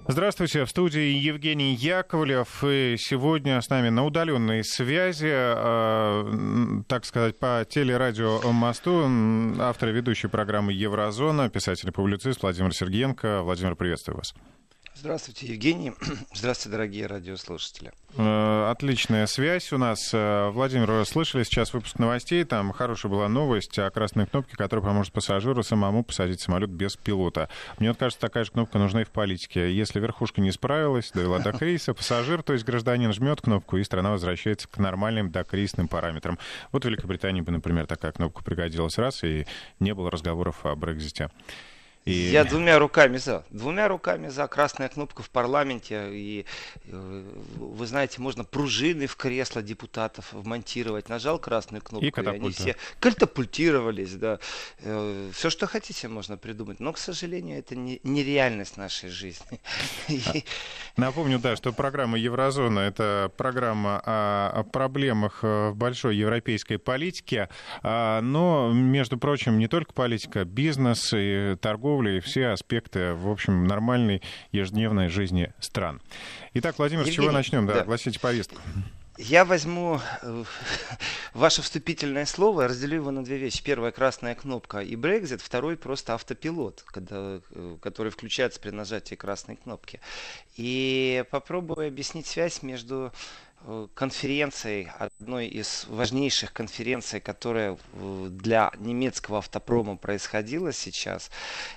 Здравствуйте, в студии Евгений Яковлев, и сегодня с нами на удаленной связи, так сказать, по телерадиомосту, автор и ведущий программы «Еврозона», писатель и публицист Владимир Сергеенко. Владимир, приветствую вас. Здравствуйте, Евгений. Здравствуйте, дорогие радиослушатели. Отличная связь у нас. Владимир, слышали сейчас выпуск новостей, там хорошая была новость о красной кнопке, которая поможет пассажиру самому посадить самолет без пилота. Мне вот кажется, такая же кнопка нужна и в политике. Если верхушка не справилась, довела до кризиса, пассажир, то есть гражданин, жмет кнопку, и страна возвращается к нормальным докризисным параметрам. Вот в Великобритании бы, например, такая кнопка пригодилась раз, и не было разговоров о Брексите. Я двумя руками за. Двумя руками за. Красная кнопка в парламенте. И, вы знаете, можно пружины в кресло депутатов вмонтировать. Нажал красную кнопку, и они все катапультировались. Да. Все, что хотите, можно придумать. Но, к сожалению, это не реальность нашей жизни. Напомню, да, что программа «Еврозона» — это программа о проблемах в большой европейской политике. Но, между прочим, не только политика, бизнес и торговля, и все аспекты, в общем, нормальной ежедневной жизни стран. Итак, Владимир, Евгений, с чего начнем? Да, огласите повестку. Я возьму ваше вступительное слово и разделю его на две вещи. Первая — красная кнопка и Brexit, второй — просто автопилот, который включается при нажатии красной кнопки. И попробую объяснить связь между конференцией, одной из важнейших конференций, которая для немецкого автопрома происходила сейчас,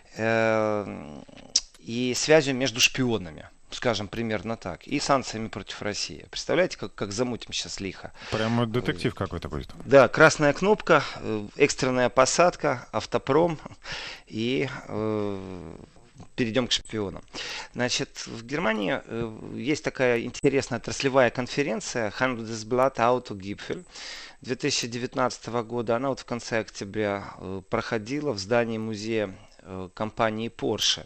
и связью между шпионами. Скажем, примерно так. И санкциями против России. Представляете, как замутим сейчас лихо? Прямо детектив какой-то будет. Да, красная кнопка, экстренная посадка, автопром и перейдем к шпионам. Значит, в Германии есть такая интересная отраслевая конференция Handelsblatt Autogipfel 2019 года. Она вот в конце октября проходила в здании музея компании Porsche.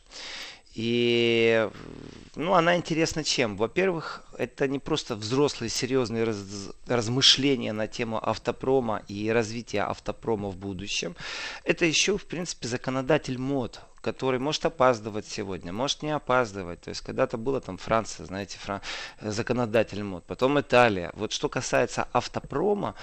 И она интересна чем? Во-первых, это не просто взрослые серьезные размышления на тему автопрома и развития автопрома в будущем. Это еще, в принципе, законодатель МОД, который может опаздывать сегодня, может не опаздывать. То есть когда-то была там Франция, знаете, законодатель МОД, потом Италия. Вот что касается автопрома,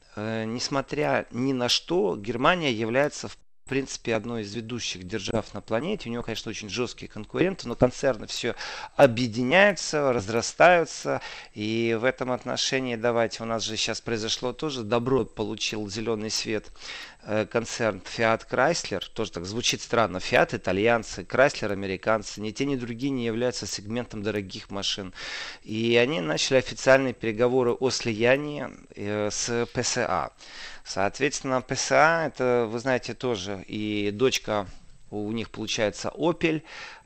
несмотря ни на что, Германия является в принципе одной из ведущих держав на планете. У него, конечно, очень жесткие конкуренты, но концерны все объединяются, разрастаются. И в этом отношении, давайте, у нас же сейчас произошло тоже, добро получил зеленый свет концерн Fiat Chrysler. Тоже так звучит странно. Fiat итальянцы, Chrysler американцы. Ни те, ни другие не являются сегментом дорогих машин. И они начали официальные переговоры о слиянии с PSA. Соответственно, PSA, это, вы знаете, тоже и дочка у них получается Opel,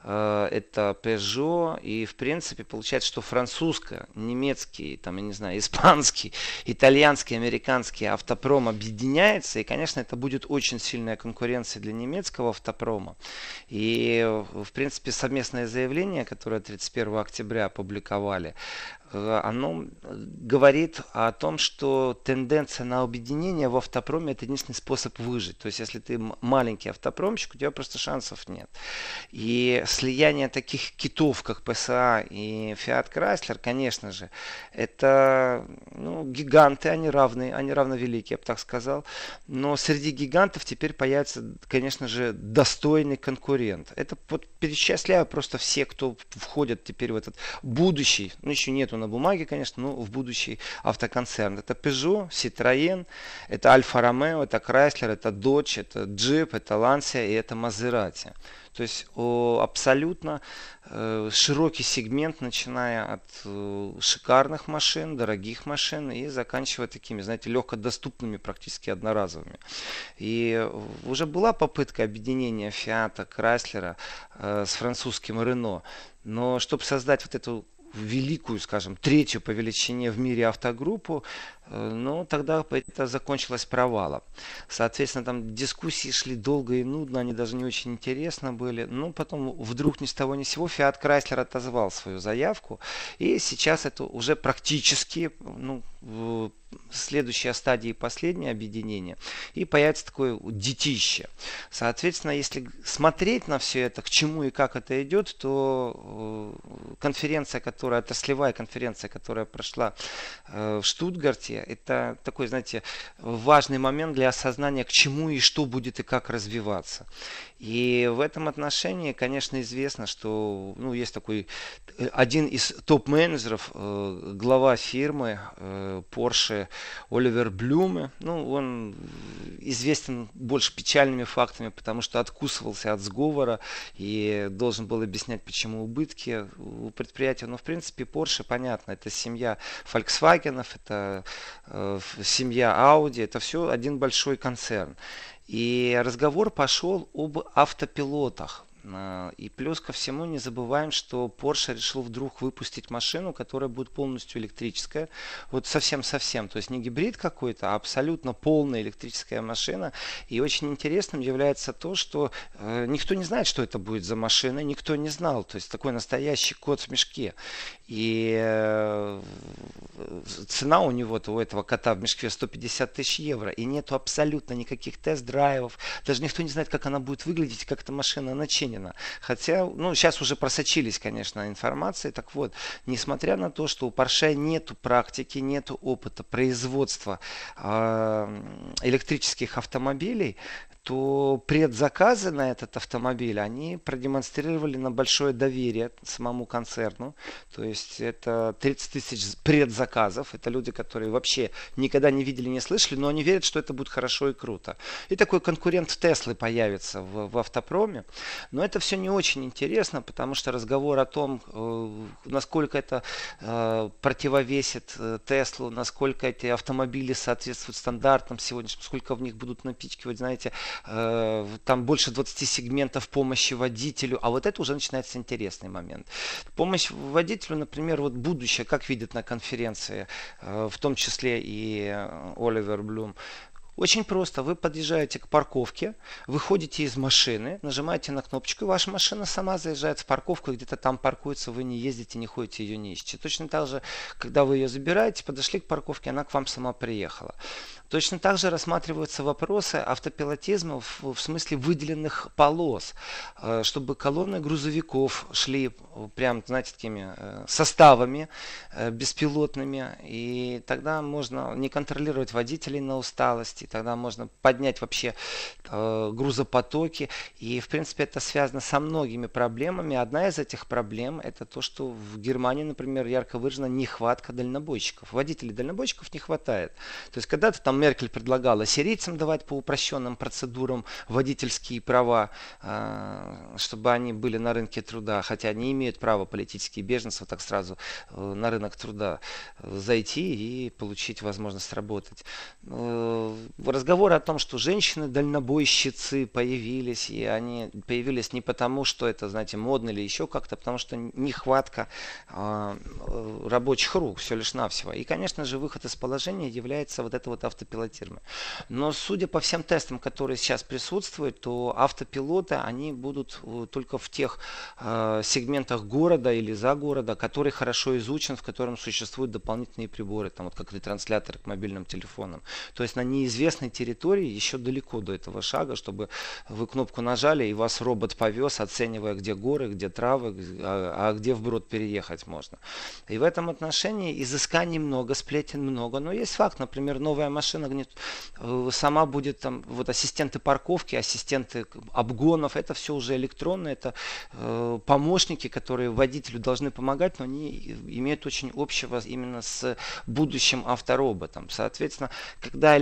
это Peugeot, и в принципе получается, что французская, немецкий, там, я не знаю, испанский, итальянский, американский автопром объединяется, и, конечно, это будет очень сильная конкуренция для немецкого автопрома. И, в принципе, совместное заявление, которое 31 октября опубликовали, оно говорит о том, что тенденция на объединение в автопроме — это единственный способ выжить. То есть, если ты маленький автопромщик, у тебя просто шансов нет. И слияние таких китов, как PSA и Fiat Chrysler, конечно же, это гиганты, они равновелики, я бы так сказал. Но среди гигантов теперь появится, конечно же, достойный конкурент. Это вот перечисляю просто все, кто входит теперь в этот будущий, еще нету на бумаге, конечно, но в будущий автоконцерн. Это Peugeot, Citroën, это Alfa Romeo, это Chrysler, это Dodge, это Jeep, это Lancia и это Maserati. То есть абсолютно широкий сегмент, начиная от шикарных машин, дорогих машин и заканчивая такими, знаете, легкодоступными, практически одноразовыми. И уже была попытка объединения Fiat, Chrysler с французским Renault. Но чтобы создать вот эту великую, скажем, третью по величине в мире автогруппу, но тогда это закончилось провалом. Соответственно, там дискуссии шли долго и нудно, они даже не очень интересно были. Но потом вдруг ни с того ни с сего Fiat Chrysler отозвал свою заявку, и сейчас это уже практически, ну, следующая стадия и последнее объединение, и появится такое детище. Соответственно, если смотреть на все это, к чему и как это идет, то конференция, отраслевая конференция, которая прошла в Штутгарте, это такой, знаете, важный момент для осознания, к чему и что будет и как развиваться. И в этом отношении, конечно, известно, что, ну, есть такой один из топ-менеджеров, глава фирмы Porsche Оливер Блюме. Ну, он известен больше печальными фактами, потому что откусывался от сговора и должен был объяснять, почему убытки у предприятия. Но, в принципе, Porsche, понятно, это семья Volkswagen, это семья Audi, это все один большой концерн. И разговор пошел об автопилотах. И плюс ко всему не забываем, что Porsche решил вдруг выпустить машину, которая будет полностью электрическая. Вот совсем-совсем. То есть не гибрид какой-то, а абсолютно полная электрическая машина. И очень интересным является то, что никто не знает, что это будет за машина. Никто не знал. То есть такой настоящий кот в мешке. И цена у него, у этого кота в мешке 150 тысяч евро. И нету абсолютно никаких тест-драйвов. Даже никто не знает, как она будет выглядеть, как эта машина начинена. Хотя, ну, сейчас уже просочились, конечно, информации. Так вот, несмотря на то, что у Porsche нету практики, нету опыта производства электрических автомобилей, то предзаказы на этот автомобиль они продемонстрировали на большое доверие самому концерну. То есть это 30 тысяч предзаказов. Это люди, которые вообще никогда не видели, не слышали, но они верят, что это будет хорошо и круто. И такой конкурент Теслы появится в автопроме. Но это все не очень интересно, потому что разговор о том, насколько это противовесит Теслу, насколько эти автомобили соответствуют стандартам сегодняшним, сколько в них будут напичкивать, знаете, там больше 20 сегментов помощи водителю, а вот это уже начинается интересный момент. Помощь водителю, например, вот будущее, как видят на конференции, в том числе и Оливер Блюм. Очень просто. Вы подъезжаете к парковке, выходите из машины, нажимаете на кнопочку, и ваша машина сама заезжает в парковку, и где-то там паркуется, вы не ездите, не ходите, ее не ищете. Точно так же, когда вы ее забираете, подошли к парковке, она к вам сама приехала. Точно так же рассматриваются вопросы автопилотизма в смысле выделенных полос, чтобы колонны грузовиков шли прям, знаете, такими составами беспилотными, и тогда можно не контролировать водителей на усталости, тогда можно поднять вообще грузопотоки, и в принципе это связано со многими проблемами. Одна из этих проблем это то, что в Германии, например, ярко выражена нехватка дальнобойщиков. Водителей дальнобойщиков не хватает. То есть когда-то там Меркель предлагала сирийцам давать по упрощенным процедурам водительские права, чтобы они были на рынке труда, хотя они имеют право, политические беженцы, так сразу на рынок труда зайти и получить возможность работать. Разговор о том, что женщины-дальнобойщицы появились, и они появились не потому, что это, знаете, модно или еще как-то, потому что нехватка рабочих рук, все лишь навсего. И, конечно же, выход из положения является вот это вот автопилотирование. Но судя по всем тестам, которые сейчас присутствуют, то автопилоты, они будут только в тех сегментах города или за города, который хорошо изучен, в котором существуют дополнительные приборы, там вот как ретрансляторы к мобильным телефонам. То есть на неизвестной территории еще далеко до этого шага, чтобы вы кнопку нажали и вас робот повез, оценивая, где горы, где травы, а где вброд переехать можно. И в этом отношении изысканий много, сплетен много. Но есть факт, например, новая машина сама будет там, вот ассистенты парковки, ассистенты обгонов, это все уже электронно, это помощники, которые водителю должны помогать, но они имеют очень общего именно с будущим автороботом. Соответственно, когда электромашина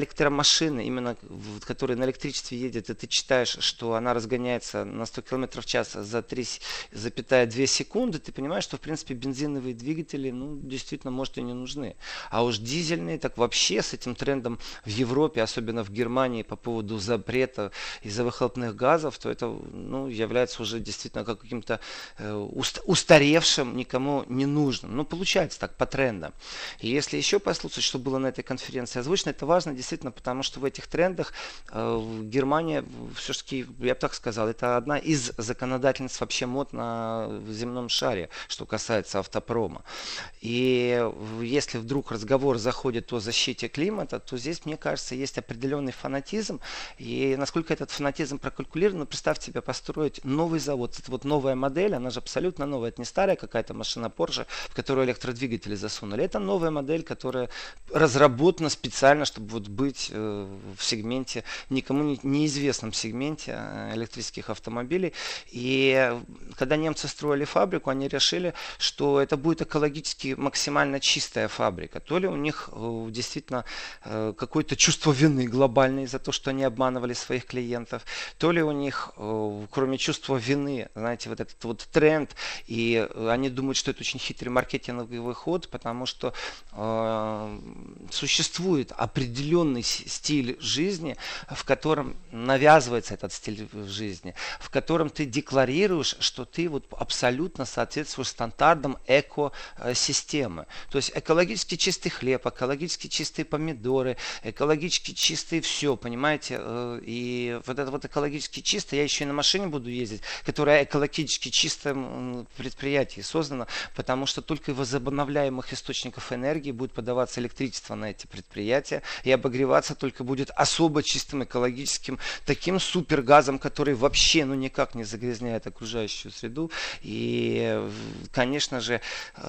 машины, именно которые на электричестве едет, и ты читаешь, что она разгоняется на 100 км в час за 3,2 секунды, ты понимаешь, что в принципе бензиновые двигатели действительно может и не нужны. А уж дизельные, так вообще с этим трендом в Европе, особенно в Германии по поводу запрета из-за выхлопных газов, то это является уже действительно каким-то устаревшим, никому не нужным. Получается так по трендам. И если еще послушать, что было на этой конференции озвучено, это важно действительно, потому что в этих трендах Германия все-таки, я бы так сказал, это одна из законодательниц вообще мод на земном шаре, что касается автопрома. И если вдруг разговор заходит о защите климата, то здесь, мне кажется, есть определенный фанатизм. И насколько этот фанатизм прокалькулирован, представьте себе построить новый завод. Это вот новая модель, она же абсолютно новая. Это не старая какая-то машина Porsche, в которую электродвигатели засунули. Это новая модель, которая разработана специально, чтобы вот быть в сегменте, никому неизвестном сегменте электрических автомобилей. И когда немцы строили фабрику, они решили, что это будет экологически максимально чистая фабрика. То ли у них действительно какое-то чувство вины глобальное за то, что они обманывали своих клиентов, то ли у них, кроме чувства вины, знаете, вот этот вот тренд, и они думают, что это очень хитрый маркетинговый ход, потому что существует определенный стиль жизни, в котором навязывается этот стиль жизни, в котором ты декларируешь, что ты вот абсолютно соответствуешь стандартам экосистемы. То есть экологически чистый хлеб, экологически чистые помидоры, экологически чистые все, понимаете? И вот это вот экологически чисто, я еще и на машине буду ездить, которая экологически чистом предприятии создана, потому что только из возобновляемых источников энергии будет подаваться электричество на эти предприятия, и обогреваться только будет особо чистым экологическим таким супергазом, который вообще никак не загрязняет окружающую среду. И, конечно же,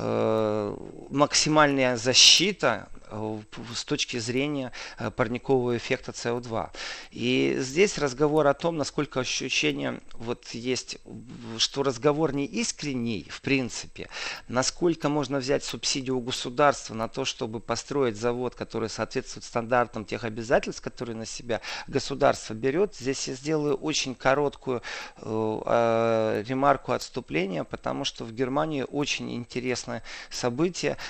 максимальная защита с точки зрения парникового эффекта СО2. И здесь разговор о том, насколько ощущение вот есть, что разговор не искренний в принципе, насколько можно взять субсидию у государства на то, чтобы построить завод, который соответствует стандартам тех обязательств, которые на себя государство берет. Здесь я сделаю очень короткую ремарку отступления, потому что в Германии очень интересное событие.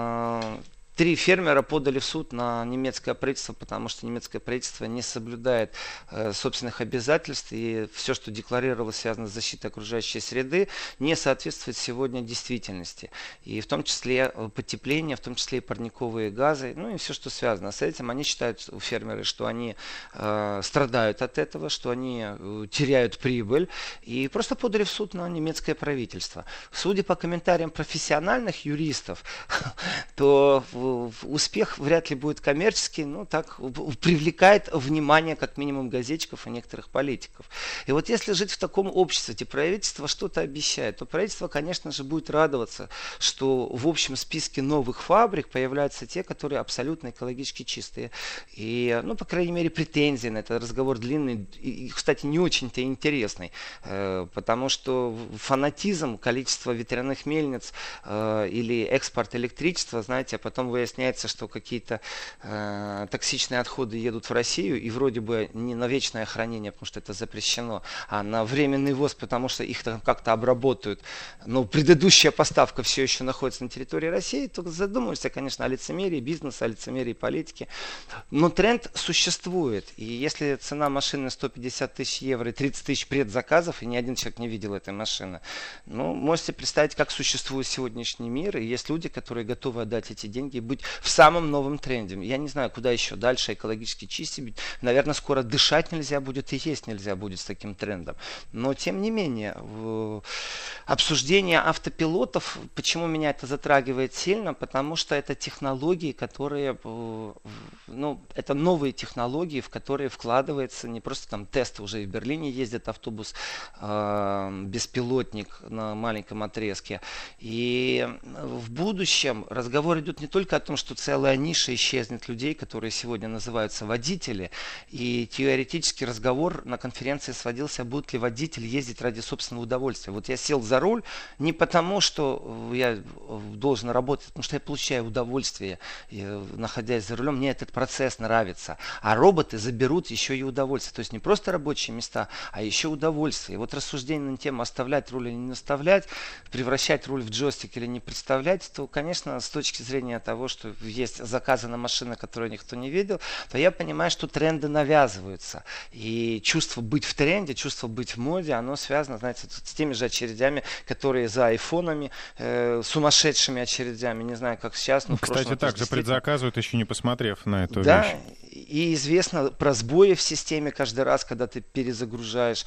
3 фермера подали в суд на немецкое правительство, потому что немецкое правительство не соблюдает собственных обязательств, и все, что декларировалось, связано с защитой окружающей среды, не соответствует сегодня действительности. И в том числе потепление, в том числе и парниковые газы, и все, что связано с этим. Они считают, фермеры, что они страдают от этого, что они теряют прибыль, и просто подали в суд на немецкое правительство. Судя по комментариям профессиональных юристов, то успех вряд ли будет коммерческий, так привлекает внимание как минимум газетчиков и некоторых политиков. И вот если жить в таком обществе, где правительство что-то обещает, то правительство, конечно же, будет радоваться, что в общем списке новых фабрик появляются те, которые абсолютно экологически чистые. И, по крайней мере, претензии на этот разговор длинный и, кстати, не очень-то интересный, потому что фанатизм, количество ветряных мельниц или экспорт электричества, знаете, а потом выясняется, что какие-то токсичные отходы едут в Россию, и вроде бы не на вечное хранение, потому что это запрещено, а на временный ввоз, потому что их там как-то обработают. Но предыдущая поставка все еще находится на территории России, то задумаешься, конечно, о лицемерии бизнеса, о лицемерии политики. Но тренд существует. И если цена машины 150 тысяч евро и 30 тысяч предзаказов, и ни один человек не видел этой машины, можете представить, как существует сегодняшний мир, и есть люди, которые готовы отдать эти деньги и быть в самом новом тренде. Я не знаю, куда еще дальше экологически чистить. Наверное, скоро дышать нельзя будет и есть нельзя будет с таким трендом. Но, тем не менее, обсуждение автопилотов, почему меня это затрагивает сильно? Потому что это технологии, которые, это новые технологии, в которые вкладывается не просто там тесты, уже и в Берлине ездит автобус, беспилотник на маленьком отрезке. И в будущем разговор идет не только о том, что целая ниша исчезнет людей, которые сегодня называются водители. И теоретический разговор на конференции сводился, будет ли водитель ездить ради собственного удовольствия. Вот я сел за руль не потому, что я должен работать, потому что я получаю удовольствие, находясь за рулем. Мне этот процесс нравится. А роботы заберут еще и удовольствие. То есть не просто рабочие места, а еще удовольствие. И вот рассуждение на тему оставлять руль или не оставлять, превращать руль в джойстик или не представлять, то, конечно, с точки зрения того, что есть заказана машина, которую никто не видел, то я понимаю, что тренды навязываются. И чувство быть в тренде, чувство быть в моде, оно связано, знаете, с теми же очередями, которые за айфонами, сумасшедшими очередями, не знаю, как сейчас. Но кстати, так же предзаказывают, еще не посмотрев на эту да, вещь. И известно про сбои в системе каждый раз, когда ты перезагружаешь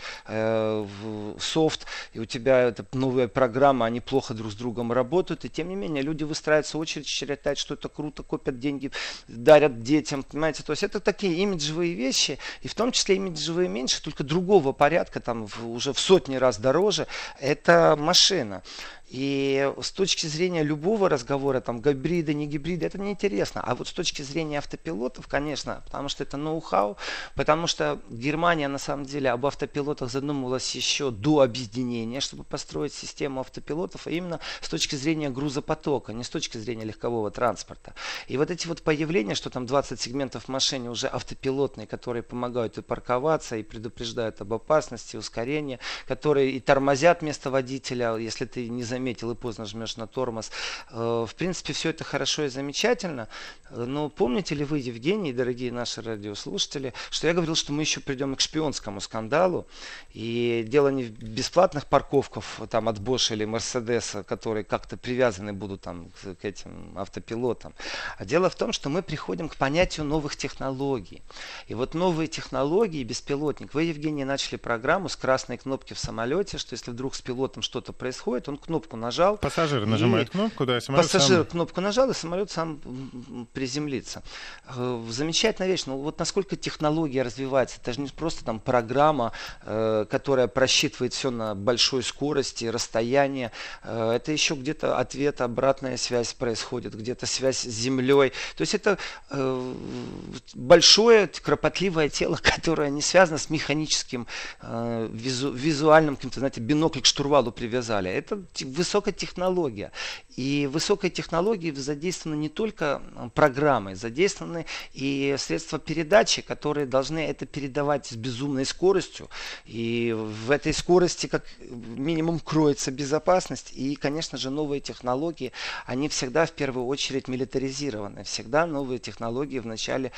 софт, и у тебя это новая программа, они плохо друг с другом работают, и тем не менее люди выстраиваются в очередь, считают, что это круто, копят деньги, дарят детям, понимаете, то есть это такие имиджевые вещи, и в том числе имиджевые меньше, только другого порядка, там уже в сотни раз дороже, это машина. И с точки зрения любого разговора, там, гибриды, не гибриды, это неинтересно. А вот с точки зрения автопилотов, конечно, потому что это ноу-хау, потому что Германия, на самом деле, об автопилотах задумывалась еще до объединения, чтобы построить систему автопилотов, а именно с точки зрения грузопотока, не с точки зрения легкового транспорта. И вот эти вот появления, что там 20 сегментов в машине уже автопилотные, которые помогают и парковаться, и предупреждают об опасности, ускорении, которые и тормозят вместо водителя, если ты не заметил и поздно жмешь на тормоз. В принципе, все это хорошо и замечательно. Но помните ли вы, Евгений, дорогие наши радиослушатели, что я говорил, что мы еще придем к шпионскому скандалу. И дело не в бесплатных парковках там, от Bosch или Mercedes, которые как-то привязаны будут там, к этим автопилотам. А дело в том, что мы приходим к понятию новых технологий. И вот новые технологии, беспилотник. Вы, Евгений, начали программу с красной кнопки в самолете, что если вдруг с пилотом что-то происходит, он кнопку нажал. Пассажир нажимает кнопку, да, и самолет пассажир сам... кнопку нажал, и самолет сам приземлится. Замечательная вещь. Но вот насколько технология развивается, это же не просто там программа, которая просчитывает все на большой скорости, расстояние. Это еще где-то ответ, обратная связь происходит, где-то связь с землей. То есть это большое, кропотливое тело, которое не связано с механическим, визуальным, каким-то, знаете, бинокль к штурвалу привязали. Это высокая технология. И высокой технологии задействованы не только программы, задействованы и средства передачи, которые должны это передавать с безумной скоростью. И в этой скорости как минимум кроется безопасность. И, конечно же, новые технологии, они всегда в первую очередь милитаризированы. Всегда новые технологии в начале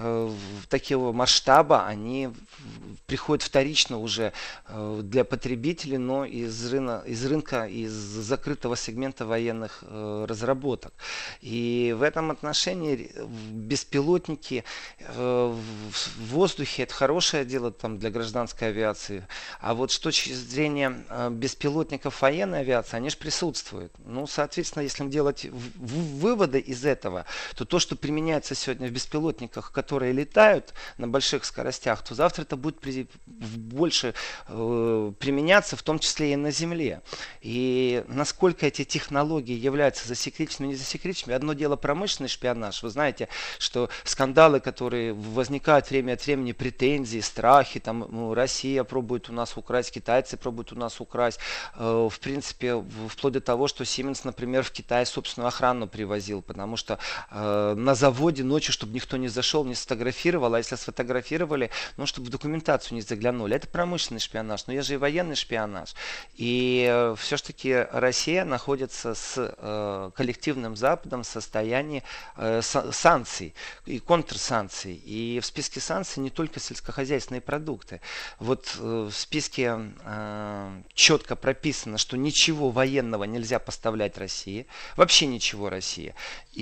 такого масштаба, они приходят вторично уже для потребителей, но из рынка, из закрытого сегмента военных разработок. И в этом отношении беспилотники в воздухе это хорошее дело там, для гражданской авиации. А вот с точки зрения беспилотников военной авиации, они же присутствуют. Ну, соответственно, если делать выводы из этого, то, что применяется сегодня в беспилотниках, которые летают на больших скоростях, то завтра это будет больше применяться, в том числе и на Земле. И насколько эти технологии являются засекреченными, не засекреченными. Одно дело промышленный шпионаж. Вы знаете, что скандалы, которые возникают время от времени, претензии, страхи, там, Россия пробует у нас украсть, китайцы пробуют у нас украсть. В принципе, вплоть до того, что Siemens, например, в Китай собственную охрану привозил, потому что на заводе ночью, чтобы никто не зашел, не сфотографировал, а если сфотографировали, ну, чтобы в документацию не заглянули. Это промышленный шпионаж, но есть же и военный шпионаж. И все-таки Россия находится с коллективным Западом в состоянии санкций и контрсанкций. И в списке санкций не только сельскохозяйственные продукты. Вот в списке четко прописано, что ничего военного нельзя поставлять России. Вообще ничего России.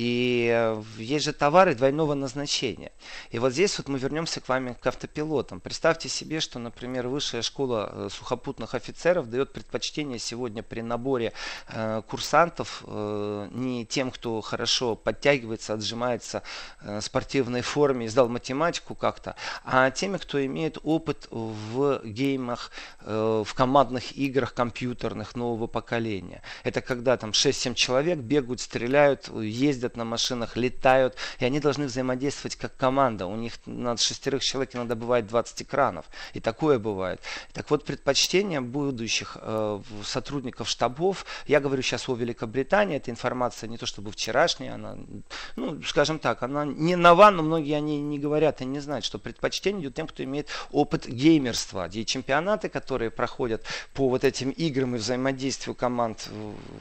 И есть же товары двойного назначения. И вот здесь вот мы вернемся к вами к автопилотам. Представьте себе, что, например, высшая школа сухопутных офицеров дает предпочтение сегодня при наборе наборе курсантов, не тем, кто хорошо подтягивается, отжимается в спортивной форме и сдал математику как-то, а теми, кто имеет опыт в геймах, в командных играх компьютерных нового поколения. Это когда там 6-7 человек бегают, стреляют, ездят на машинах, летают, и они должны взаимодействовать как команда. У них на 6 человек иногда бывает 20 экранов. И такое бывает. Так вот, предпочтение будущих сотрудников штабов, я говорю сейчас о Великобритании, эта информация не то чтобы вчерашняя, она, ну, скажем так, она не нова, но многие о ней не говорят и не знают, что предпочтение идет тем, кто имеет опыт геймерства. И чемпионаты, которые проходят по вот этим играм и взаимодействию команд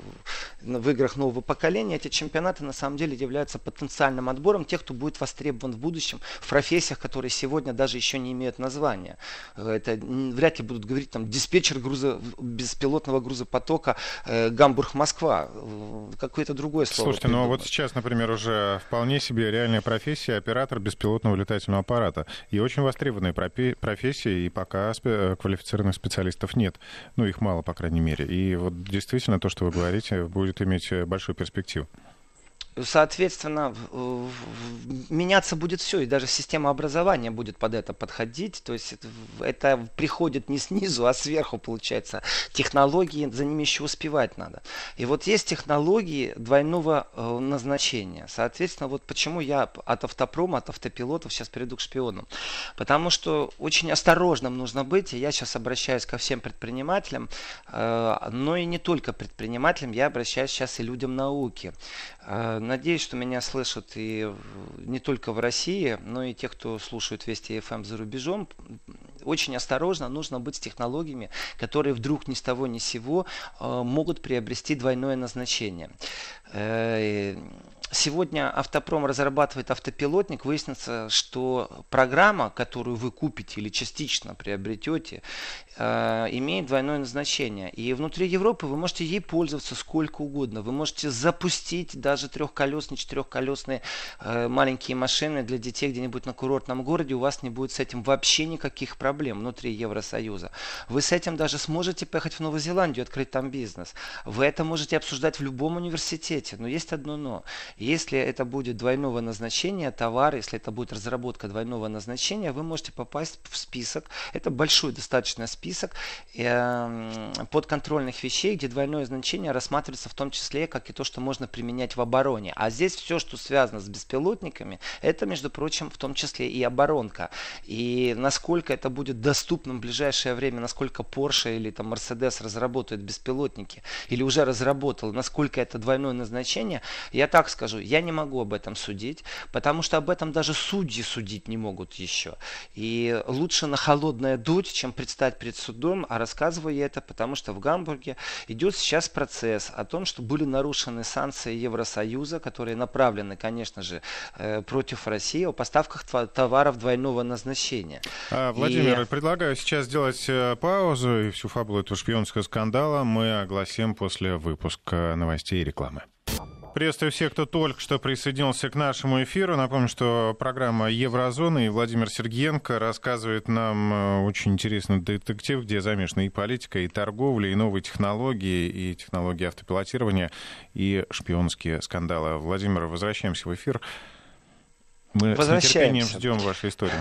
в играх нового поколения, эти чемпионаты на самом деле являются потенциальным отбором тех, кто будет востребован в будущем в профессиях, которые сегодня даже еще не имеют названия. Это вряд ли будут говорить там диспетчер беспилотного грузопотока Гамбург-Москва. Какое-то другое слово. Слушайте, ну вот сейчас, например, уже вполне себе реальная профессия оператор беспилотного летательного аппарата. И очень востребованная профессия, и пока квалифицированных специалистов нет. Ну, их мало, по крайней мере. И вот действительно то, что вы говорите, будет иметь большую перспективу. Соответственно, меняться будет все, и даже система образования будет под это подходить. То есть это приходит не снизу, а сверху, получается. Технологии, за ними еще успевать надо. И вот есть технологии двойного назначения. Соответственно, вот почему я от автопрома, от автопилотов сейчас перейду к шпионам. Потому что очень осторожным нужно быть, и я сейчас обращаюсь ко всем предпринимателям, но и не только предпринимателям, я обращаюсь сейчас и людям науки. Надеюсь, что меня слышат и не только в России, но и те, кто слушают Вести ФМ за рубежом. Очень осторожно нужно быть с технологиями, которые вдруг ни с того ни с сего могут приобрести двойное назначение. Сегодня автопром разрабатывает автопилотник. Выяснится, что программа, которую вы купите или частично приобретете, имеет двойное назначение. И внутри Европы вы можете ей пользоваться сколько угодно. Вы можете запустить даже трехколесные, четырехколесные маленькие машины для детей где-нибудь на курортном городе. У вас не будет с этим вообще никаких проблем внутри Евросоюза. Вы с этим даже сможете поехать в Новую Зеландию, открыть там бизнес. Вы это можете обсуждать в любом университете. Но есть одно но. Если это будет двойного назначения товар, если это будет разработка двойного назначения, вы можете попасть в список. Это большой достаточно список подконтрольных вещей, где двойное значение рассматривается в том числе, как и то, что можно применять в обороне. А здесь все, что связано с беспилотниками, это, между прочим, в том числе и оборонка. И насколько это будет доступно в ближайшее время, насколько Porsche или там Mercedes разработают беспилотники, или уже разработал, насколько это двойное назначение, я так скажу, я не могу об этом судить, потому что об этом даже судьи судить не могут еще. И лучше на холодное дуть, чем предстать перед судом, а рассказываю я это, потому что в Гамбурге идет сейчас процесс о том, что были нарушены санкции Евросоюза, которые направлены, конечно же, против России о поставках товаров двойного назначения. Владимир, предлагаю сейчас сделать паузу, и всю фабулу этого шпионского скандала мы огласим после выпуска новостей и рекламы. Приветствую всех, кто только что присоединился к нашему эфиру. Напомню, что программа «Еврозона» и Владимир Сергеенко рассказывает нам очень интересный детектив, где замешана и политика, и торговля, и новые технологии, и технологии автопилотирования, и шпионские скандалы. Владимир, возвращаемся в эфир. Мы с нетерпением ждем вашу историю.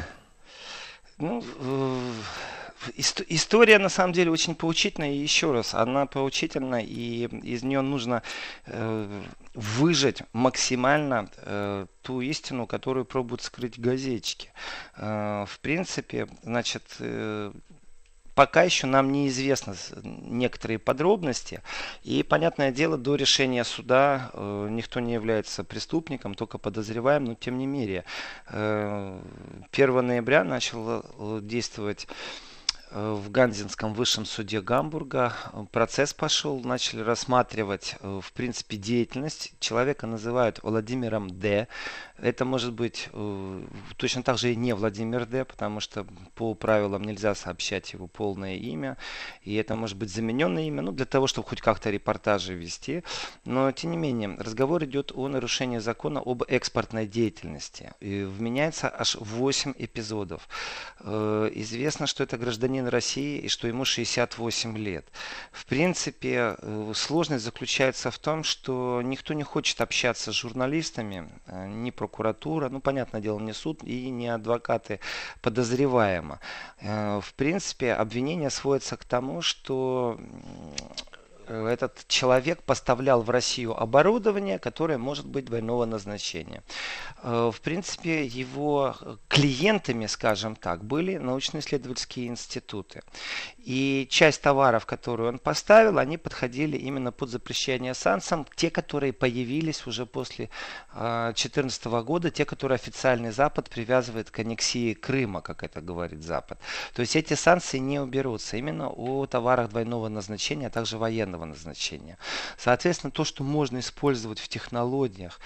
История, на самом деле, очень поучительная. И еще раз, она поучительна, и из нее нужно выжать максимально ту истину, которую пробуют скрыть газетчики. В принципе, значит, пока еще нам неизвестны некоторые подробности. И, понятное дело, до решения суда никто не является преступником, только подозреваем, но тем не менее. 1 ноября начал действовать в Ганзинском высшем суде Гамбурга. Процесс пошел, начали рассматривать, в принципе, деятельность. Человека называют Владимиром Д. Это может быть точно так же и не Владимир Д, потому что по правилам нельзя сообщать его полное имя. И это может быть замененное имя, для того, чтобы хоть как-то репортажи вести. Но, тем не менее, разговор идет о нарушении закона об экспортной деятельности. И вменяется аж 8 эпизодов. Известно, что это гражданин гражданин России и что ему 68 лет. В принципе, сложность заключается в том, что никто не хочет общаться с журналистами, ни прокуратура, ну, понятное дело, не суд и не адвокаты подозреваемого. В принципе, обвинение сводится к тому, что этот человек поставлял в Россию оборудование, которое может быть двойного назначения. В принципе, его клиентами, скажем так, были научно-исследовательские институты. И часть товаров, которые он поставил, они подходили именно под запрещение санкциям. Те, которые появились уже после 2014 года, те, которые официальный Запад привязывает к аннексии Крыма, как это говорит Запад. То есть эти санкции не уберутся именно о товарах двойного назначения, а также военного назначения. Соответственно, то, что можно использовать в технологиях,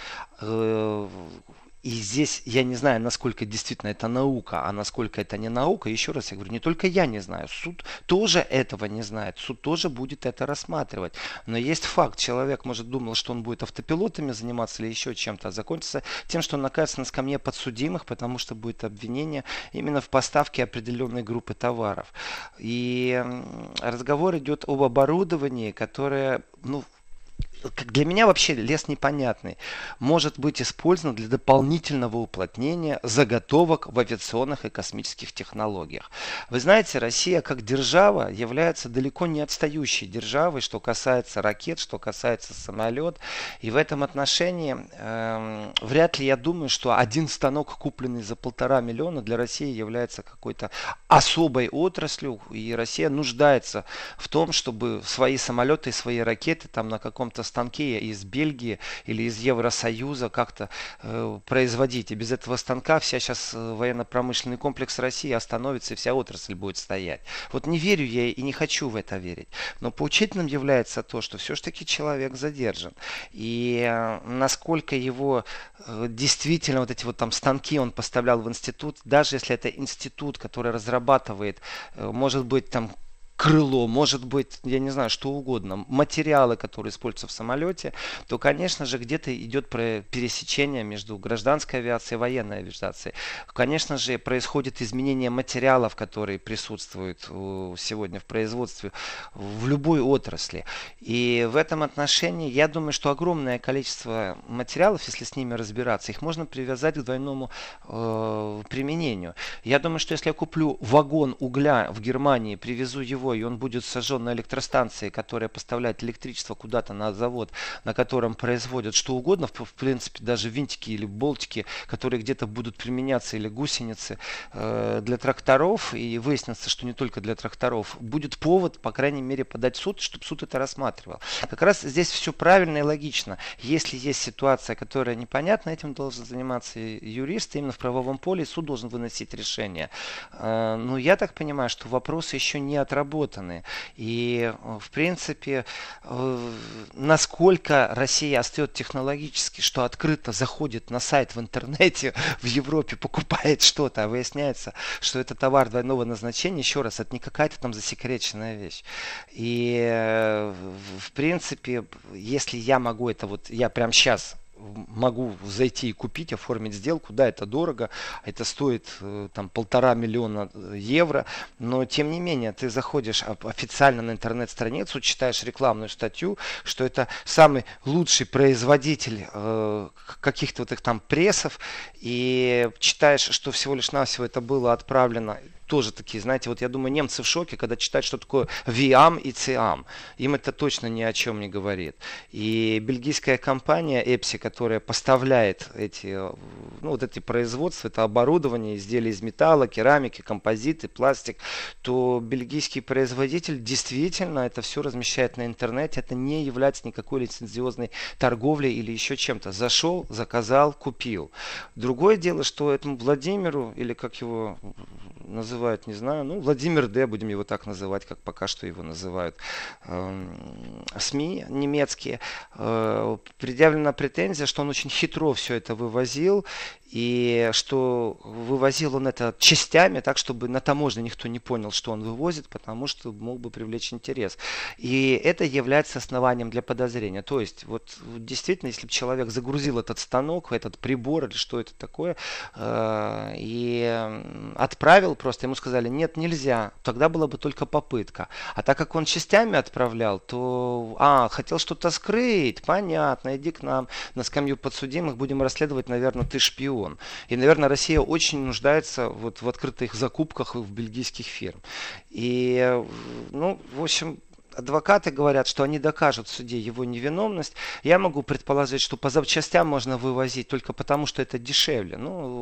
и здесь я не знаю, насколько действительно это наука, а насколько это не наука. Еще раз я говорю, не только я не знаю, суд тоже этого не знает, суд тоже будет это рассматривать. Но есть факт, человек, может, думал, что он будет автопилотами заниматься или еще чем-то, а закончится тем, что он окажется на скамье подсудимых, потому что будет обвинение именно в поставке определенной группы товаров. И разговор идет об оборудовании, которое, как для меня вообще лес непонятный, может быть использован для дополнительного уплотнения заготовок в авиационных и космических технологиях. Вы знаете, Россия как держава является далеко не отстающей державой, что касается ракет, что касается самолет. И в этом отношении вряд ли я думаю, что один станок, купленный за 1,5 миллиона, для России является какой-то особой отраслью. И Россия нуждается в том, чтобы свои самолеты и свои ракеты там на каком-то станке из Бельгии или из Евросоюза как-то производить. И без этого станка вся сейчас военно-промышленный комплекс России остановится и вся отрасль будет стоять. Вот не верю я и не хочу в это верить. Но поучительным является то, что все-таки человек задержан. И насколько его действительно вот эти вот там станки он поставлял в институт, даже если это институт, который разрабатывает, может быть, там крыло, может быть, я не знаю, что угодно, материалы, которые используются в самолете, то, конечно же, где-то идет пересечение между гражданской авиацией и военной авиацией. Конечно же, происходит изменение материалов, которые присутствуют сегодня в производстве в любой отрасли. И в этом отношении я думаю, что огромное количество материалов, если с ними разбираться, их можно привязать к двойному применению. Я думаю, что если я куплю вагон угля в Германии, привезу его, и он будет сожжен на электростанции, которая поставляет электричество куда-то на завод, на котором производят что угодно, в принципе, даже винтики или болтики, которые где-то будут применяться, или гусеницы для тракторов, и выяснится, что не только для тракторов, будет повод, по крайней мере, подать в суд, чтобы суд это рассматривал. Как раз здесь все правильно и логично. Если есть ситуация, которая непонятна, этим должен заниматься юрист, именно в правовом поле, и суд должен выносить решение. Но я так понимаю, что вопросы еще не отработаны. И, в принципе, насколько Россия остается технологически, что открыто заходит на сайт в интернете, в Европе, покупает что-то, а выясняется, что это товар двойного назначения, еще раз, это не какая-то там засекреченная вещь. И, в принципе, если я могу это я прямо сейчас могу зайти и купить, оформить сделку, да, это дорого, это стоит там 1,5 миллиона евро, но тем не менее ты заходишь официально на интернет-страницу, читаешь рекламную статью, что это самый лучший производитель каких-то вот их там прессов, и читаешь, что всего лишь навсего это было отправлено. Тоже такие, знаете, вот я думаю, немцы в шоке, когда читают, что такое ВИАМ и ЦИАМ. Им это точно ни о чем не говорит. И бельгийская компания Epsi, которая поставляет эти производства, это оборудование, изделия из металла, керамики, композиты, пластик, то бельгийский производитель действительно это все размещает на интернете. Это не является никакой лицензиозной торговлей или еще чем-то. Зашел, заказал, купил. Другое дело, что этому Владимиру, или как его называют, не знаю, Владимир Д, будем его так называть, как пока что его называют СМИ немецкие, предъявлена претензия, что он очень хитро все это вывозил, и что вывозил он это частями, так, чтобы на таможне никто не понял, что он вывозит, потому что мог бы привлечь интерес. И это является основанием для подозрения. То есть, вот действительно, если бы человек загрузил этот станок, этот прибор или что это такое, и отправил просто, ему сказали, нет, нельзя, тогда была бы только попытка. А так как он частями отправлял, то, хотел что-то скрыть, понятно, иди к нам на скамью подсудимых, будем расследовать, наверное, ты шпион. И, наверное, Россия очень нуждается вот в открытых закупках в бельгийских фирм. И, в общем, адвокаты говорят, что они докажут в суде его невиновность. Я могу предположить, что по запчастям можно вывозить только потому, что это дешевле.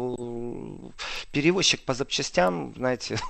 Перевозчик по запчастям, знаете,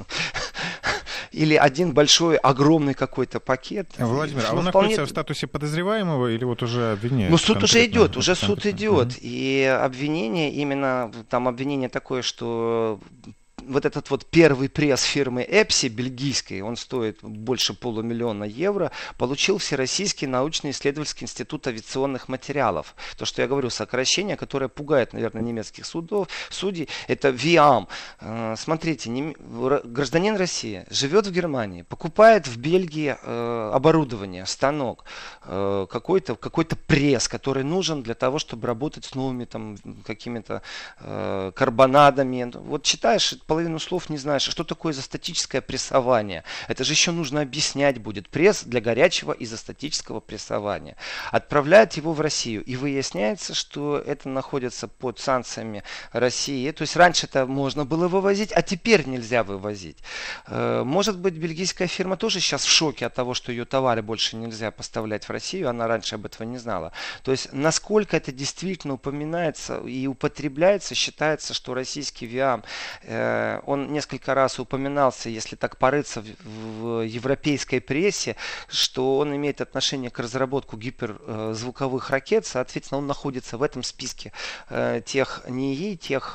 или один большой, огромный какой-то пакет. Владимир, а он находится в статусе подозреваемого или вот уже обвиняется? Суд уже идет, уже суд идет. И обвинение, именно там обвинение такое, что вот этот вот первый пресс фирмы Эпси, бельгийской, он стоит больше $500 000, получил Всероссийский научно-исследовательский институт авиационных материалов. То, что я говорю, сокращение, которое пугает, наверное, немецких судей, это ВИАМ. Смотрите, гражданин России живет в Германии, покупает в Бельгии оборудование, станок, какой-то пресс, который нужен для того, чтобы работать с новыми там какими-то карбонадами. Вот читаешь, половину слов не знаешь, что такое изостатическое прессование. Это же еще нужно объяснять будет. Пресс для горячего изостатического прессования. Отправляют его в Россию. И выясняется, что это находится под санкциями России. То есть раньше это можно было вывозить, а теперь нельзя вывозить. Может быть, бельгийская фирма тоже сейчас в шоке от того, что ее товары больше нельзя поставлять в Россию. Она раньше об этом не знала. То есть насколько это действительно упоминается и употребляется, считается, что российский ВИАМ он несколько раз упоминался, если так порыться в европейской прессе, что он имеет отношение к разработке гиперзвуковых ракет. Соответственно, он находится в этом списке тех НИИ, тех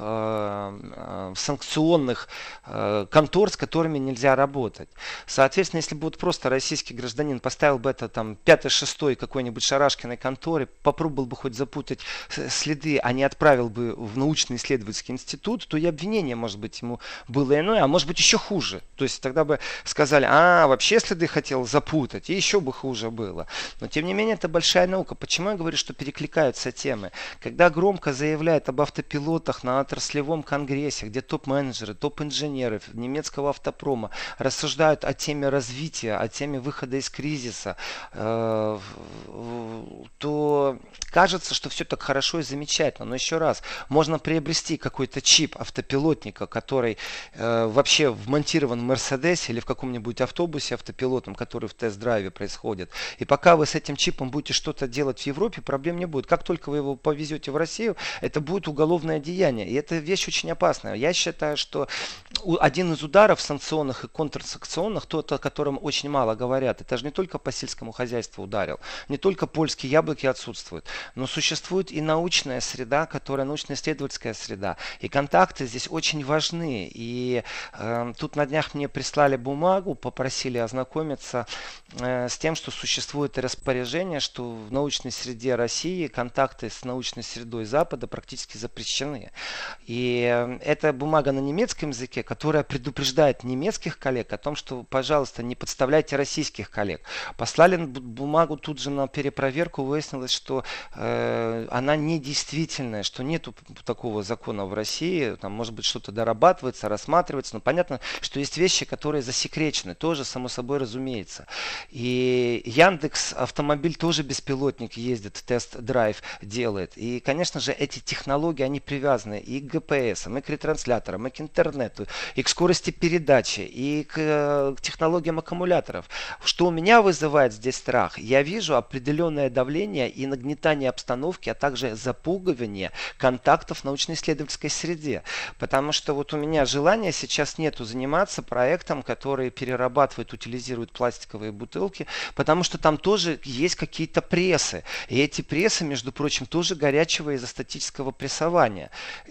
санкционных контор, с которыми нельзя работать. Соответственно, если бы вот просто российский гражданин поставил бы это там 5-6 какой-нибудь шарашкиной конторе, попробовал бы хоть запутать следы, а не отправил бы в научно-исследовательский институт, то и обвинение, может быть, ему было иное, а может быть еще хуже. То есть тогда бы сказали, вообще следы хотел запутать, и еще бы хуже было. Но тем не менее это большая наука. Почему я говорю, что перекликаются темы? Когда громко заявляют об автопилотах на отраслевом конгрессе, где топ-менеджеры, топ-инженеры немецкого автопрома рассуждают о теме развития, о теме выхода из кризиса, то кажется, что все так хорошо и замечательно. Но еще раз, можно приобрести какой-то чип автопилотника, который вообще вмонтирован в Мерседесе или в каком-нибудь автобусе автопилотом, который в тест-драйве происходит. И пока вы с этим чипом будете что-то делать в Европе, проблем не будет. Как только вы его повезете в Россию, это будет уголовное деяние. И эта вещь очень опасная. Я считаю, что один из ударов санкционных и контрсанкционных, тот, о котором очень мало говорят, это же не только по сельскому хозяйству ударил, не только польские яблоки отсутствуют, но существует и научная среда, которая научно-исследовательская среда. И контакты здесь очень важны. И тут на днях мне прислали бумагу, попросили ознакомиться с тем, что существует распоряжение, что в научной среде России контакты с научной средой Запада практически запрещены. И эта бумага на немецком языке, которая предупреждает немецких коллег о том, что, пожалуйста, не подставляйте российских коллег. Послали бумагу тут же на перепроверку, выяснилось, что она недействительная, что нет такого закона в России, там может быть что-то дорабатывается, рассматривается, но понятно, что есть вещи, которые засекречены, тоже само собой разумеется. И Яндекс автомобиль тоже беспилотник ездит, тест-драйв делает. И, конечно же, эти технологии, они привязаны и к ГПС, и к ретрансляторам, и к интернету, и к скорости передачи, и к технологиям аккумуляторов. Что у меня вызывает здесь страх? Я вижу определенное давление и нагнетание обстановки, а также запугивание контактов в научно-исследовательской среде. Потому что вот у меня желания сейчас нету заниматься проектом, который перерабатывает, утилизирует пластиковые бутылки, потому что там тоже есть какие-то прессы. И эти прессы, между прочим, тоже горячего изостатического прессования.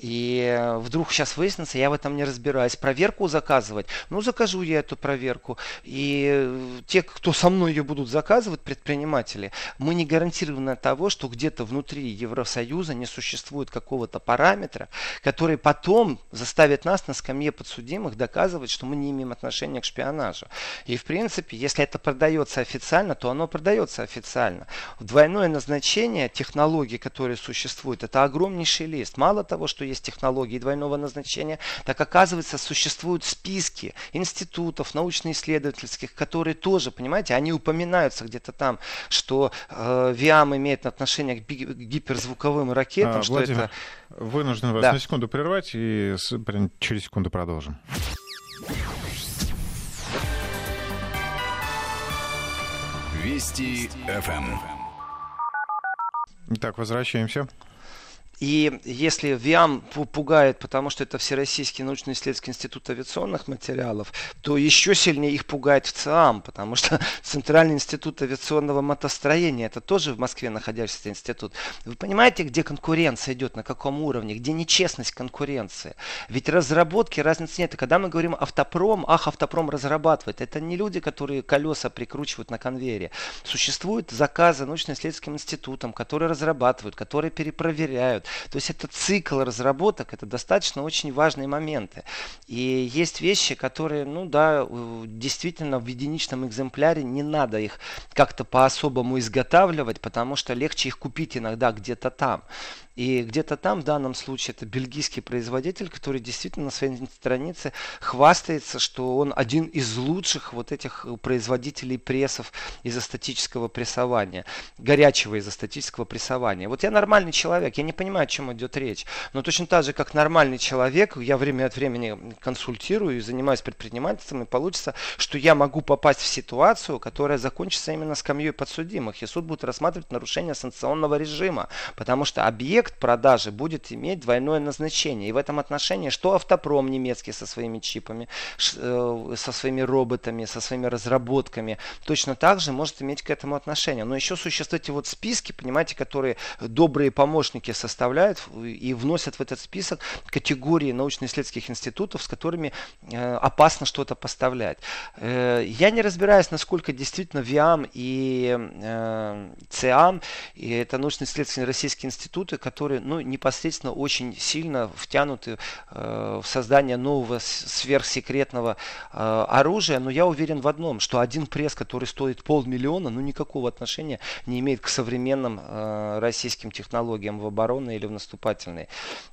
И вдруг сейчас выяснится, я в этом не разбираюсь. Проверку заказывать? Ну, закажу я эту проверку. И те, кто со мной ее будут заказывать, предприниматели, мы не гарантированы того, что где где-то внутри Евросоюза не существует какого-то параметра, который потом заставит нас на скамье подсудимых доказывать, что мы не имеем отношения к шпионажу. И в принципе, если это продается официально, то оно продается официально. Двойное назначение технологий, которые существуют, это огромнейший лист. Мало того, что есть технологии двойного назначения, так оказывается, существуют списки институтов научно-исследовательских, которые тоже, понимаете, они упоминаются где-то там, что ВИАМ имеет отношение к гиперзвуковым ракетам. Что Владимир, это... вынужден вас на секунду прервать и через секунду продолжим. Вести ФМ. Итак, возвращаемся. И если ВИАМ пугает, потому что это Всероссийский научно-исследовательский институт авиационных материалов, то еще сильнее их пугает ВЦИАМ, потому что Центральный институт авиационного мотостроения, это тоже в Москве находящийся институт. Вы понимаете, где конкуренция идет, на каком уровне, где нечестность конкуренции? Ведь разработки разницы нет. И когда мы говорим автопром, автопром разрабатывает, это не люди, которые колеса прикручивают на конвейере. Существуют заказы научно-исследовательским институтам, которые разрабатывают, которые перепроверяют. То есть это цикл разработок, это достаточно очень важные моменты. И есть вещи, которые, действительно в единичном экземпляре не надо их как-то по-особому изготавливать, потому что легче их купить иногда где-то там. И где-то там, в данном случае, это бельгийский производитель, который действительно на своей странице хвастается, что он один из лучших вот этих производителей прессов изостатического прессования, горячего изостатического прессования. Вот я нормальный человек, я не понимаю, о чем идет речь. Но точно так же, как нормальный человек, я время от времени консультирую и занимаюсь предпринимательством, и получится, что я могу попасть в ситуацию, которая закончится именно скамьей подсудимых. И суд будет рассматривать нарушение санкционного режима, потому что объект продажи будет иметь двойное назначение. И в этом отношении, что автопром немецкий со своими чипами, со своими роботами, со своими разработками, точно так же может иметь к этому отношение. Но еще существуют эти вот списки, понимаете, которые добрые помощники составляют и вносят в этот список категории научно-исследовательских институтов, с которыми опасно что-то поставлять. Я не разбираюсь, насколько действительно ВИАМ и ЦИАМ, и это научно-исследовательские российские институты, которые непосредственно очень сильно втянуты в создание нового сверхсекретного оружия. Но я уверен в одном, что один пресс, который стоит 500 000, никакого отношения не имеет к современным российским технологиям в оборонной или в наступательной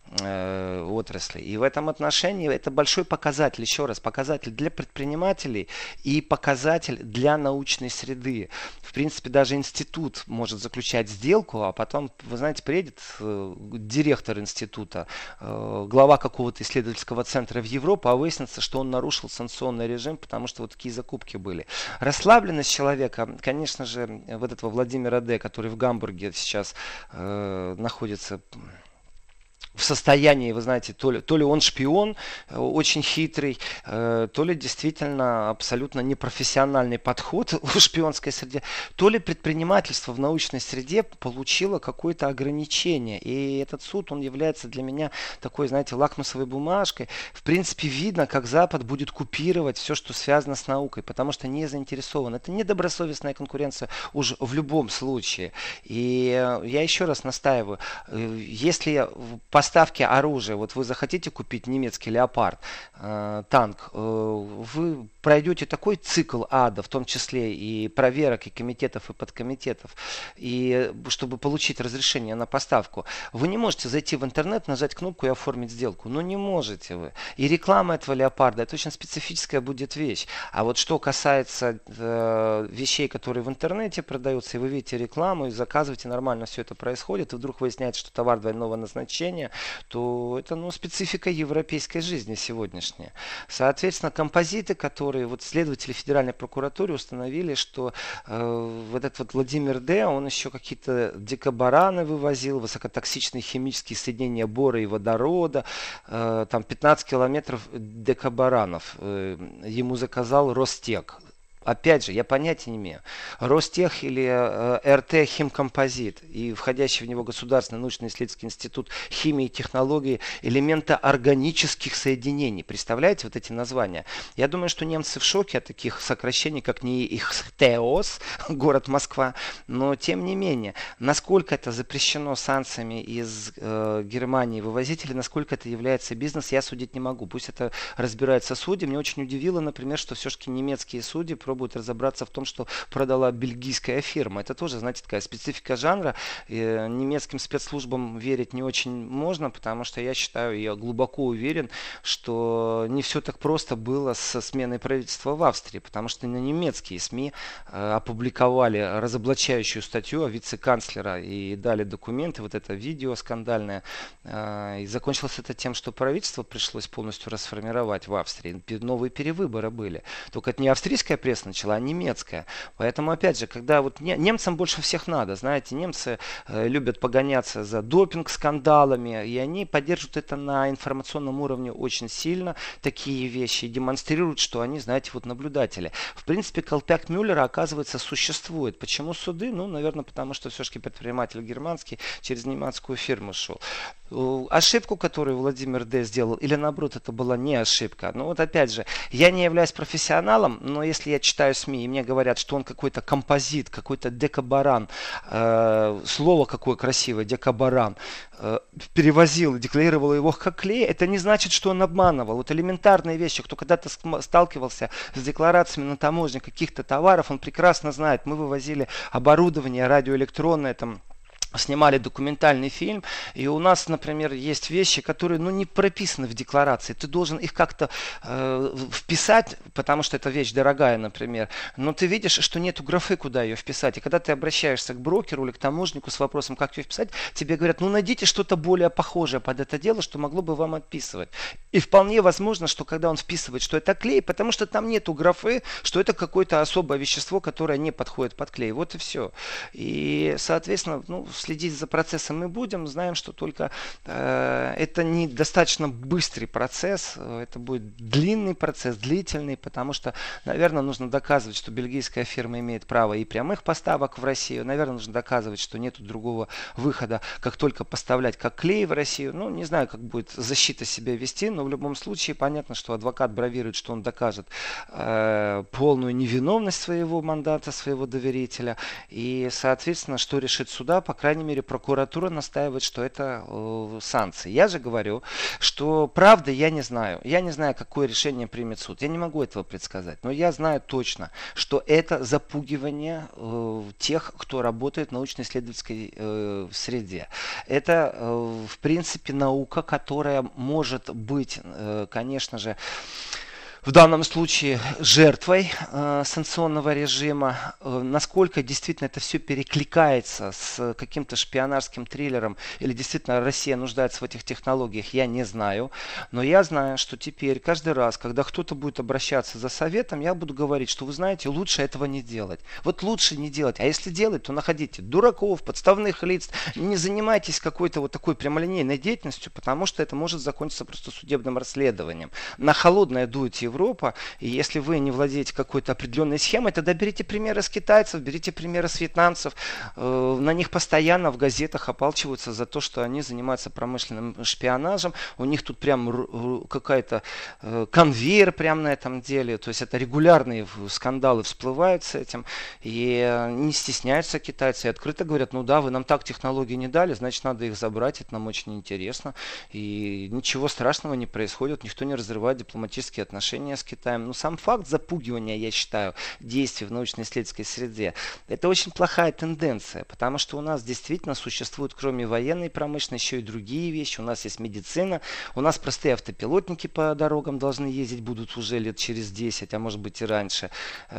отрасли. И в этом отношении это большой показатель, еще раз, показатель для предпринимателей и показатель для научной среды. В принципе, даже институт может заключать сделку, а потом, вы знаете, приедет директор института, глава какого-то исследовательского центра в Европу, а выяснится, что он нарушил санкционный режим, потому что вот такие закупки были. Расслабленность человека, конечно же, вот этого Владимира Д., который в Гамбурге сейчас находится в состоянии, вы знаете, то ли он шпион, очень хитрый, то ли действительно абсолютно непрофессиональный подход в шпионской среде, то ли предпринимательство в научной среде получило какое-то ограничение. И этот суд, он является для меня такой, знаете, лакмусовой бумажкой. В принципе, видно, как Запад будет купировать все, что связано с наукой, потому что не заинтересован. Это недобросовестная конкуренция уже в любом случае. И я еще раз настаиваю, если поставки оружия, вот вы захотите купить немецкий Леопард, танк, вы пройдете такой цикл ада, в том числе и проверок, и комитетов, и подкомитетов, и чтобы получить разрешение на поставку. Вы не можете зайти в интернет, нажать кнопку и оформить сделку. Ну не можете вы. И реклама этого Леопарда, это очень специфическая будет вещь. А вот что касается вещей, которые в интернете продаются, и вы видите рекламу, и заказываете, нормально все это происходит, и вдруг выясняется, что товар двойного назначения, то это специфика европейской жизни сегодняшняя. Соответственно, композиты, которые вот следователи Федеральной прокуратуры установили, что вот этот вот Владимир Д., он еще какие-то декабараны вывозил, высокотоксичные химические соединения бора и водорода, там 15 километров декабаранов ему заказал Ростех. Опять же, я понятия не имею. Ростех или РТ Химкомпозит и входящий в него Государственный научно-исследовательский институт химии и технологии элемента органических соединений. Представляете вот эти названия? Я думаю, что немцы в шоке от таких сокращений, как НИИХТЕОС, город Москва. Но тем не менее, насколько это запрещено санкциями из Германии вывозить или насколько это является бизнес, я судить не могу. Пусть это разбираются судьи. Мне очень удивило, например, что все-таки немецкие судьи пробуют разобраться в том, что продала бельгийская фирма. Это тоже, знаете, такая специфика жанра. Немецким спецслужбам верить не очень можно, потому что я считаю, я глубоко уверен, что не все так просто было со сменой правительства в Австрии, потому что на немецкие СМИ опубликовали разоблачающую статью о вице-канцлера и дали документы, вот это видео скандальное. И закончилось это тем, что правительство пришлось полностью расформировать в Австрии. Новые перевыборы были. Только это не австрийская пресса начала, а немецкая. Поэтому, опять же, когда вот немцам больше всех надо, знаете, немцы любят погоняться за допинг-скандалами, и они поддерживают это на информационном уровне очень сильно, такие вещи, и демонстрируют, что они, знаете, вот наблюдатели. В принципе, колпак Мюллера, оказывается, существует. Почему суды? Ну, наверное, потому что все-таки предприниматель германский через немецкую фирму шел. Ошибку, которую Владимир Д. сделал, или наоборот, это была не ошибка. Ну вот опять же, я не являюсь профессионалом, но если я читаю СМИ, и мне говорят, что он какой-то композит, какой-то декабаран, слово какое красивое, декабаран, перевозил и декларировал его как клей, это не значит, что он обманывал. Вот элементарные вещи, кто когда-то сталкивался с декларациями на таможне каких-то товаров, он прекрасно знает. Мы вывозили оборудование радиоэлектронное, там, снимали документальный фильм, и у нас, например, есть вещи, которые, не прописаны в декларации. Ты должен их как-то вписать, потому что эта вещь дорогая, например, но ты видишь, что нету графы, куда ее вписать. И когда ты обращаешься к брокеру или к таможнику с вопросом, как ее вписать, тебе говорят, найдите что-то более похожее под это дело, что могло бы вам отписывать. И вполне возможно, что когда он вписывает, что это клей, потому что там нету графы, что это какое-то особое вещество, которое не подходит под клей. Вот и все. И, соответственно, следить за процессом мы будем, знаем, что только это не достаточно быстрый процесс, это будет длинный процесс, длительный, потому что, наверное, нужно доказывать, что бельгийская фирма имеет право и прямых поставок в Россию, наверное, нужно доказывать, что нет другого выхода, как только поставлять как клей в Россию. Не знаю, как будет защита себя вести, но в любом случае понятно, что адвокат бравирует, что он докажет полную невиновность своего мандата, своего доверителя, и, соответственно, что решит суда, по крайней мере, прокуратура настаивает, что это санкции. Я же говорю, что правда я не знаю. Я не знаю, какое решение примет суд. Я не могу этого предсказать. Но я знаю точно, что это запугивание тех, кто работает в научно-исследовательской среде. Это, в принципе, наука, которая может быть, конечно же, в данном случае жертвой санкционного режима. Насколько действительно это все перекликается с каким-то шпионажским триллером или действительно Россия нуждается в этих технологиях, я не знаю. Но я знаю, что теперь каждый раз, когда кто-то будет обращаться за советом, я буду говорить, что вы знаете, лучше этого не делать. Вот лучше не делать. А если делать, то находите дураков, подставных лиц. Не занимайтесь какой-то вот такой прямолинейной деятельностью, потому что это может закончиться просто судебным расследованием. На холодное дуйте Европа, и если вы не владеете какой-то определенной схемой, тогда берите примеры с китайцев, берите примеры с вьетнамцев. На них постоянно в газетах опалчиваются за то, что они занимаются промышленным шпионажем. У них тут прям какая-то конвейер прям на этом деле. То есть это регулярные скандалы всплывают с этим. И не стесняются китайцы. И открыто говорят, да, вы нам так технологии не дали, значит надо их забрать. Это нам очень интересно. И ничего страшного не происходит. Никто не разрывает дипломатические отношения с Китаем. Но сам факт запугивания, я считаю, действий в научно-исследовательской среде, это очень плохая тенденция, потому что у нас действительно существуют, кроме военной промышленности, еще и другие вещи. У нас есть медицина, у нас простые автопилотники по дорогам должны ездить, будут уже лет через 10, а может быть и раньше.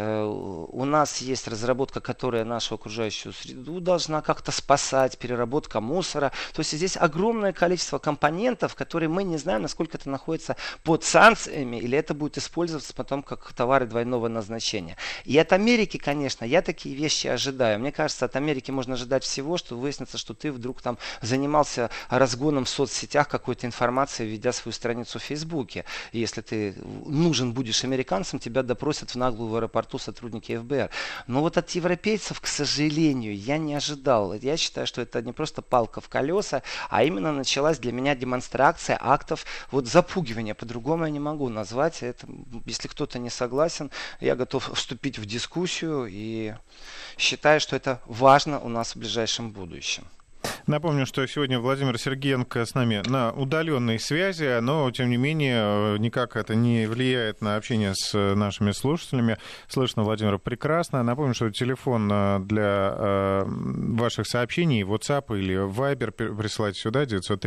У нас есть разработка, которая нашу окружающую среду должна как-то спасать, переработка мусора. То есть здесь огромное количество компонентов, которые мы не знаем, насколько это находится под санкциями, или это будет будут использоваться потом как товары двойного назначения. И от Америки, конечно, я такие вещи ожидаю. Мне кажется, от Америки можно ожидать всего, что выяснится, что ты вдруг там занимался разгоном в соцсетях какой-то информации, ведя свою страницу в Фейсбуке. И если ты нужен будешь американцам, тебя допросят в наглую в аэропорту сотрудники ФБР. Но вот от европейцев, к сожалению, я не ожидал. Я считаю, что это не просто палка в колеса, а именно началась для меня демонстрация актов вот запугивания. По-другому я не могу назвать это. Если кто-то не согласен, я готов вступить в дискуссию и считаю, что это важно у нас в ближайшем будущем. Напомню, что сегодня Владимир Сергеенко с нами на удаленной связи, но, тем не менее, никак это не влияет на общение с нашими слушателями. Слышно Владимира прекрасно. Напомню, что телефон для ваших сообщений, WhatsApp или Viber присылайте сюда,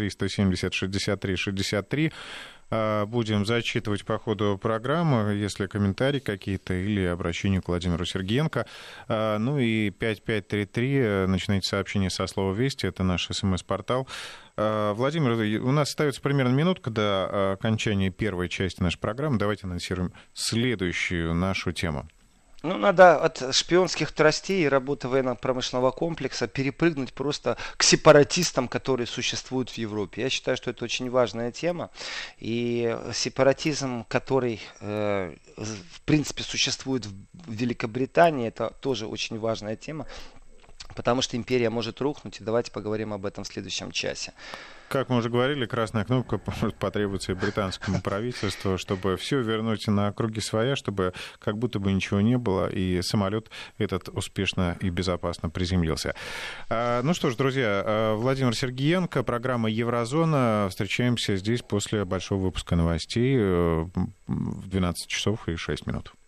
903-170-63-63. Будем зачитывать по ходу программы, если комментарии какие-то или обращения к Владимиру Сергеенко. Ну и 5533, начинайте сообщение со слова «Вести», это наш СМС-портал. Владимир, у нас остается примерно минутка до окончания первой части нашей программы. Давайте анонсируем следующую нашу тему. Ну, надо от шпионских тростей и работы военно-промышленного комплекса перепрыгнуть просто к сепаратистам, которые существуют в Европе. Я считаю, что это очень важная тема. И сепаратизм, который, в принципе, существует в Великобритании, это тоже очень важная тема. Потому что империя может рухнуть, и давайте поговорим об этом в следующем часе. Как мы уже говорили, красная кнопка может потребоваться и британскому правительству, чтобы все вернуть на круги своя, чтобы как будто бы ничего не было, и самолет этот успешно и безопасно приземлился. Ну что ж, друзья, Владимир Сергеенко, программа «Еврозона». Встречаемся здесь после большого выпуска новостей в 12 часов и 6 минут.